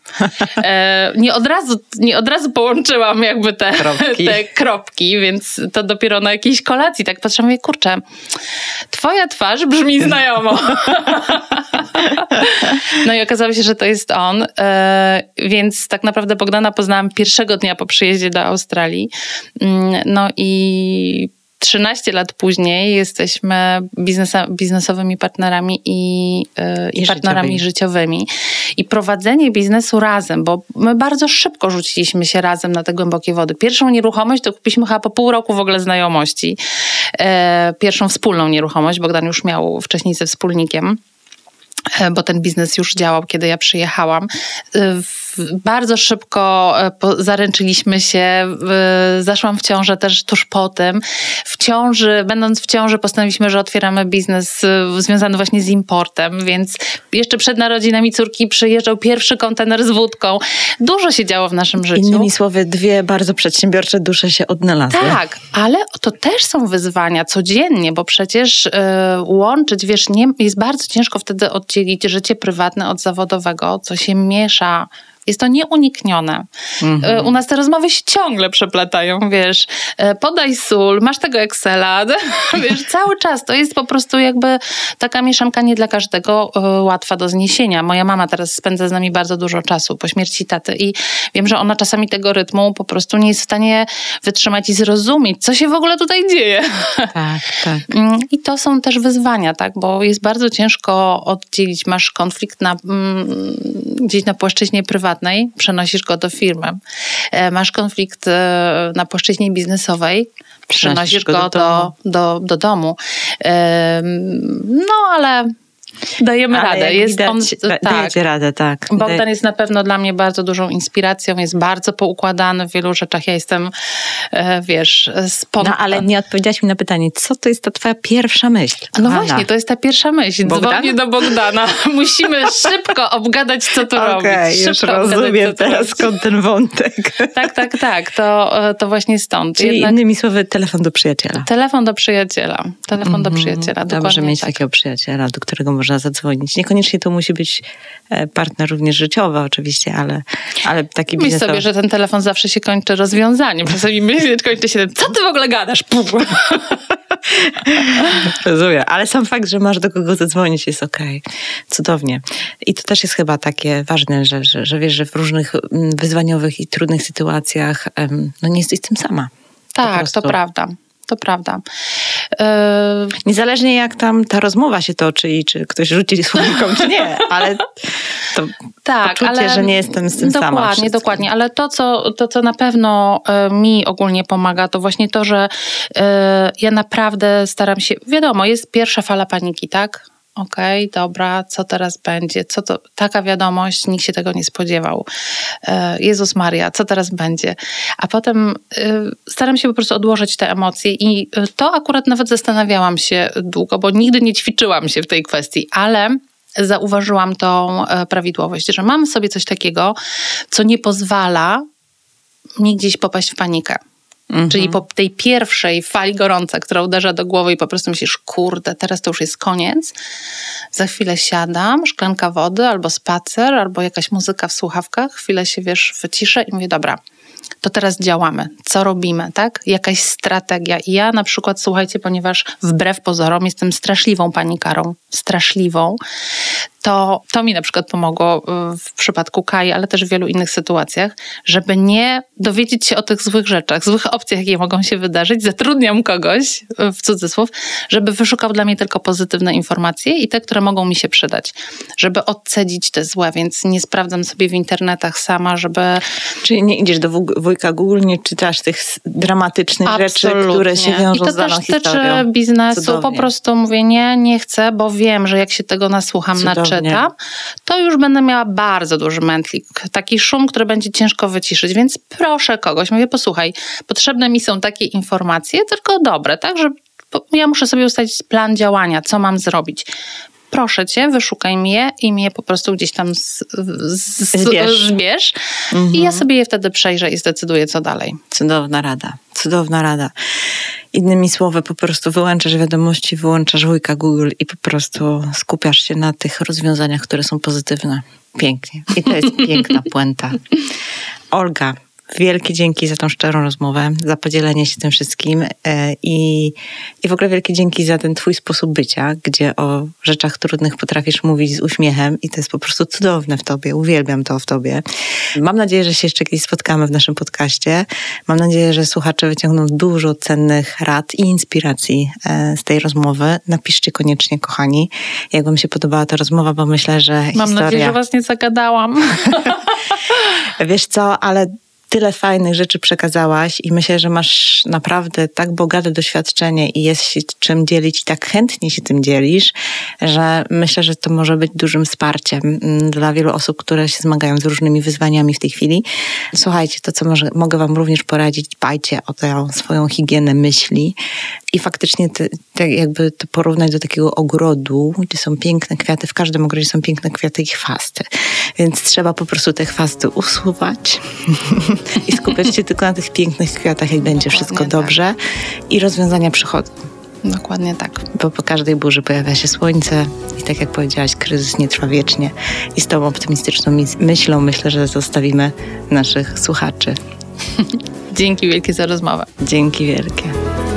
Nie od razu połączyłam jakby te kropki, więc to dopiero na jakiejś kolacji tak patrzyłam, mówię, kurczę, twoja twarz brzmi znajomo. No i okazało się, że to jest on, więc tak naprawdę Bogdana poznałam pierwszego dnia po przyjeździe do Australii. No i 13 lat później jesteśmy biznesowymi partnerami i partnerami życiowymi. I prowadzenie biznesu razem, bo my bardzo szybko rzuciliśmy się razem na te głębokie wody. Pierwszą nieruchomość to kupiliśmy chyba po pół roku w ogóle znajomości. Pierwszą wspólną nieruchomość, Bogdan już miał wcześniej ze wspólnikiem, bo ten biznes już działał, kiedy ja przyjechałam. Bardzo szybko zaręczyliśmy się, zaszłam w ciążę też tuż po tym. Będąc w ciąży postanowiliśmy, że otwieramy biznes związany właśnie z importem, więc jeszcze przed narodzinami córki przyjeżdżał pierwszy kontener z wódką. Dużo się działo w naszym życiu. Innymi słowy, dwie bardzo przedsiębiorcze dusze się odnalazły. Tak, ale to też są wyzwania codziennie, bo przecież łączyć, wiesz, jest bardzo ciężko wtedy oddzielić życie prywatne od zawodowego, co się miesza. Jest to nieuniknione. U nas te rozmowy się ciągle przeplatają, wiesz, podaj sól, masz tego Excela, wiesz, cały czas. To jest po prostu jakby taka mieszanka nie dla każdego łatwa do zniesienia. Moja mama teraz spędza z nami bardzo dużo czasu po śmierci taty i wiem, że ona czasami tego rytmu po prostu nie jest w stanie wytrzymać i zrozumieć, co się w ogóle tutaj dzieje. Tak. I to są też wyzwania, tak, bo jest bardzo ciężko oddzielić, masz konflikt gdzieś na płaszczyźnie prywatnej, przenosisz go do firmy. Masz konflikt na płaszczyźnie biznesowej, przenosisz go do domu. No ale dajemy radę. Dajecie radę, tak. Bogdan jest na pewno dla mnie bardzo dużą inspiracją, jest bardzo poukładany w wielu rzeczach. Ja jestem, wiesz, No ale nie odpowiedziałaś mi na pytanie, co to jest ta twoja pierwsza myśl? No właśnie, to jest ta pierwsza myśl. Dzwonię do Bogdana. Musimy szybko obgadać, co tu robić. Okej, już rozumiem teraz skąd ten wątek. Tak. To właśnie stąd. Czyli innymi słowy, telefon do przyjaciela. Telefon do przyjaciela. Dobrze mieć takiego przyjaciela, do którego można zadzwonić. Niekoniecznie to musi być partner również życiowy oczywiście, ale taki biznesowy. Myśl sobie, że ten telefon zawsze się kończy rozwiązaniem. Czasami kończy się tym, co ty w ogóle gadasz? Rozumiem, ale sam fakt, że masz do kogo zadzwonić jest okej. Cudownie. I to też jest chyba takie ważne, że wiesz, że w różnych wyzwaniowych i trudnych sytuacjach no nie jesteś tym sama. Tak, to prawda. To prawda. Niezależnie jak tam ta rozmowa się toczy i czy ktoś rzuci słówką, czy nie, ale to poczucie, że nie jestem z tym sama. Dokładnie, ale to, co na pewno mi ogólnie pomaga, to właśnie to, że ja naprawdę staram się, wiadomo, jest pierwsza fala paniki, tak? Okej, dobra, co teraz będzie? Taka wiadomość, nikt się tego nie spodziewał. Jezus Maria, co teraz będzie? A potem staram się po prostu odłożyć te emocje i to akurat nawet zastanawiałam się długo, bo nigdy nie ćwiczyłam się w tej kwestii, ale zauważyłam tą prawidłowość, że mam w sobie coś takiego, co nie pozwala mi gdzieś popaść w panikę. Czyli po tej pierwszej fali gorąca, która uderza do głowy i po prostu myślisz, kurde, teraz to już jest koniec. Za chwilę siadam, szklanka wody, albo spacer, albo jakaś muzyka w słuchawkach. Chwilę się, wyciszę i mówię, dobra, to teraz działamy. Co robimy, tak? Jakaś strategia. I ja na przykład, słuchajcie, ponieważ wbrew pozorom jestem straszliwą panikarą, straszliwą, To mi na przykład pomogło w przypadku Kai, ale też w wielu innych sytuacjach, żeby nie dowiedzieć się o tych złych rzeczach, złych opcjach, jakie mogą się wydarzyć. Zatrudniam kogoś, w cudzysłów, żeby wyszukał dla mnie tylko pozytywne informacje i te, które mogą mi się przydać, żeby odcedzić te złe, więc nie sprawdzam sobie w internetach sama, żeby... Czyli nie idziesz do wujka Google, nie czytasz tych dramatycznych rzeczy, które się wiążą z daną historią. I to też tyczy biznesu. Cudownie. Po prostu mówię, nie chcę, bo wiem, że jak się tego nasłucham, naczytam, to już będę miała bardzo duży mętlik. Taki szum, który będzie ciężko wyciszyć. Więc proszę kogoś, mówię, posłuchaj, potrzebne mi są takie informacje, tylko dobre, tak, że ja muszę sobie ustalić plan działania, co mam zrobić. Proszę cię, wyszukaj mnie i mnie po prostu gdzieś tam zbierz. I ja sobie je wtedy przejrzę i zdecyduję, co dalej. Cudowna rada. Innymi słowy, po prostu wyłączasz wiadomości, wyłączasz wujka Google i po prostu skupiasz się na tych rozwiązaniach, które są pozytywne. Pięknie. I to jest piękna puenta. Olga, wielkie dzięki za tą szczerą rozmowę, za podzielenie się tym wszystkim i w ogóle wielkie dzięki za ten twój sposób bycia, gdzie o rzeczach trudnych potrafisz mówić z uśmiechem i to jest po prostu cudowne w tobie, uwielbiam to w tobie. Mam nadzieję, że się jeszcze kiedyś spotkamy w naszym podcaście. Mam nadzieję, że słuchacze wyciągną dużo cennych rad i inspiracji z tej rozmowy. Napiszcie koniecznie, kochani, jak wam się podobała ta rozmowa, bo myślę, że Mam nadzieję, że was nie zagadałam. Wiesz co, ale tyle fajnych rzeczy przekazałaś i myślę, że masz naprawdę tak bogate doświadczenie i jest się czym dzielić i tak chętnie się tym dzielisz, że myślę, że to może być dużym wsparciem dla wielu osób, które się zmagają z różnymi wyzwaniami w tej chwili. Słuchajcie, to co mogę wam również poradzić, dbajcie o tę swoją higienę myśli i faktycznie jakby to porównać do takiego ogrodu, gdzie są piękne kwiaty, w każdym ogrodzie są piękne kwiaty i chwasty, więc trzeba po prostu te chwasty usuwać i skupiać się tylko na tych pięknych kwiatach, jak będzie wszystko dobrze i rozwiązania przychodzą. Dokładnie tak. Bo po każdej burzy pojawia się słońce i tak jak powiedziałaś, kryzys nie trwa wiecznie i z tą optymistyczną myślą myślę, że zostawimy naszych słuchaczy. Dzięki wielkie za rozmowę. Dzięki wielkie.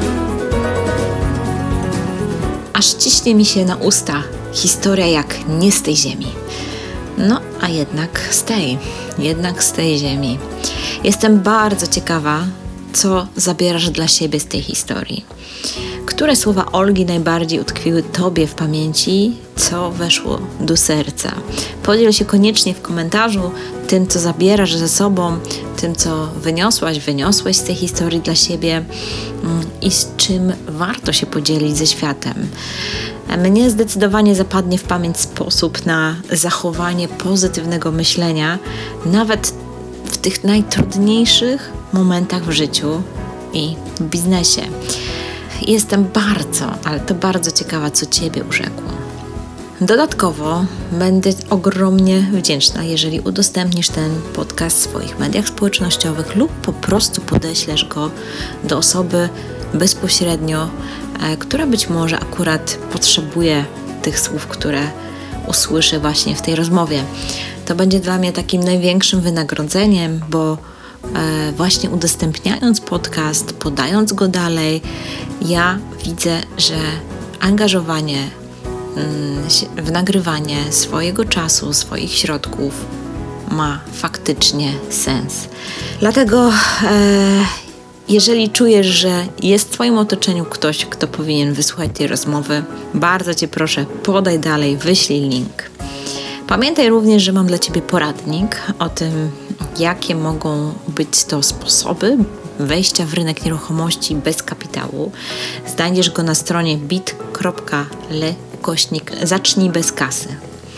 Aż ciśnie mi się na usta historia jak nie z tej ziemi. No, a jednak z tej ziemi. Jestem bardzo ciekawa, co zabierasz dla siebie z tej historii. Które słowa Olgi najbardziej utkwiły tobie w pamięci, co weszło do serca? Podziel się koniecznie w komentarzu tym, co zabierasz ze sobą, tym, co wyniosłeś z tej historii dla siebie i z czym warto się podzielić ze światem. Mnie zdecydowanie zapadnie w pamięć sposób na zachowanie pozytywnego myślenia, nawet w tych najtrudniejszych momentach w życiu i w biznesie. Jestem bardzo ciekawa, co ciebie urzekło. Dodatkowo będę ogromnie wdzięczna, jeżeli udostępnisz ten podcast w swoich mediach społecznościowych lub po prostu podeślesz go do osoby bezpośrednio, która być może akurat potrzebuje tych słów, które usłyszy właśnie w tej rozmowie. To będzie dla mnie takim największym wynagrodzeniem, bo właśnie udostępniając podcast, podając go dalej, ja widzę, że angażowanie w nagrywanie swojego czasu, swoich środków ma faktycznie sens. Dlatego jeżeli czujesz, że jest w twoim otoczeniu ktoś, kto powinien wysłuchać tej rozmowy, bardzo cię proszę, podaj dalej, wyślij link. Pamiętaj również, że mam dla ciebie poradnik o tym, jakie mogą być to sposoby wejścia w rynek nieruchomości bez kapitału. Znajdziesz go na stronie bit.ly/zacznij bez kasy.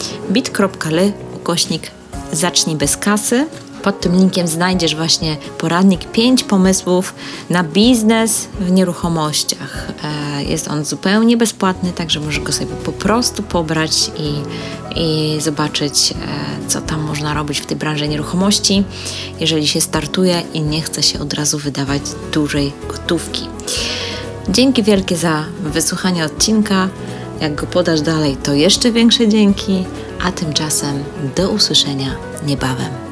bit.ly/zacznij bez kasy. Pod tym linkiem znajdziesz właśnie poradnik 5 pomysłów na biznes w nieruchomościach. Jest on zupełnie bezpłatny, także możesz go sobie po prostu pobrać i zobaczyć, co tam można robić w tej branży nieruchomości, jeżeli się startuje i nie chce się od razu wydawać dużej gotówki. Dzięki wielkie za wysłuchanie odcinka. Jak go podasz dalej, to jeszcze większe dzięki, a tymczasem do usłyszenia niebawem.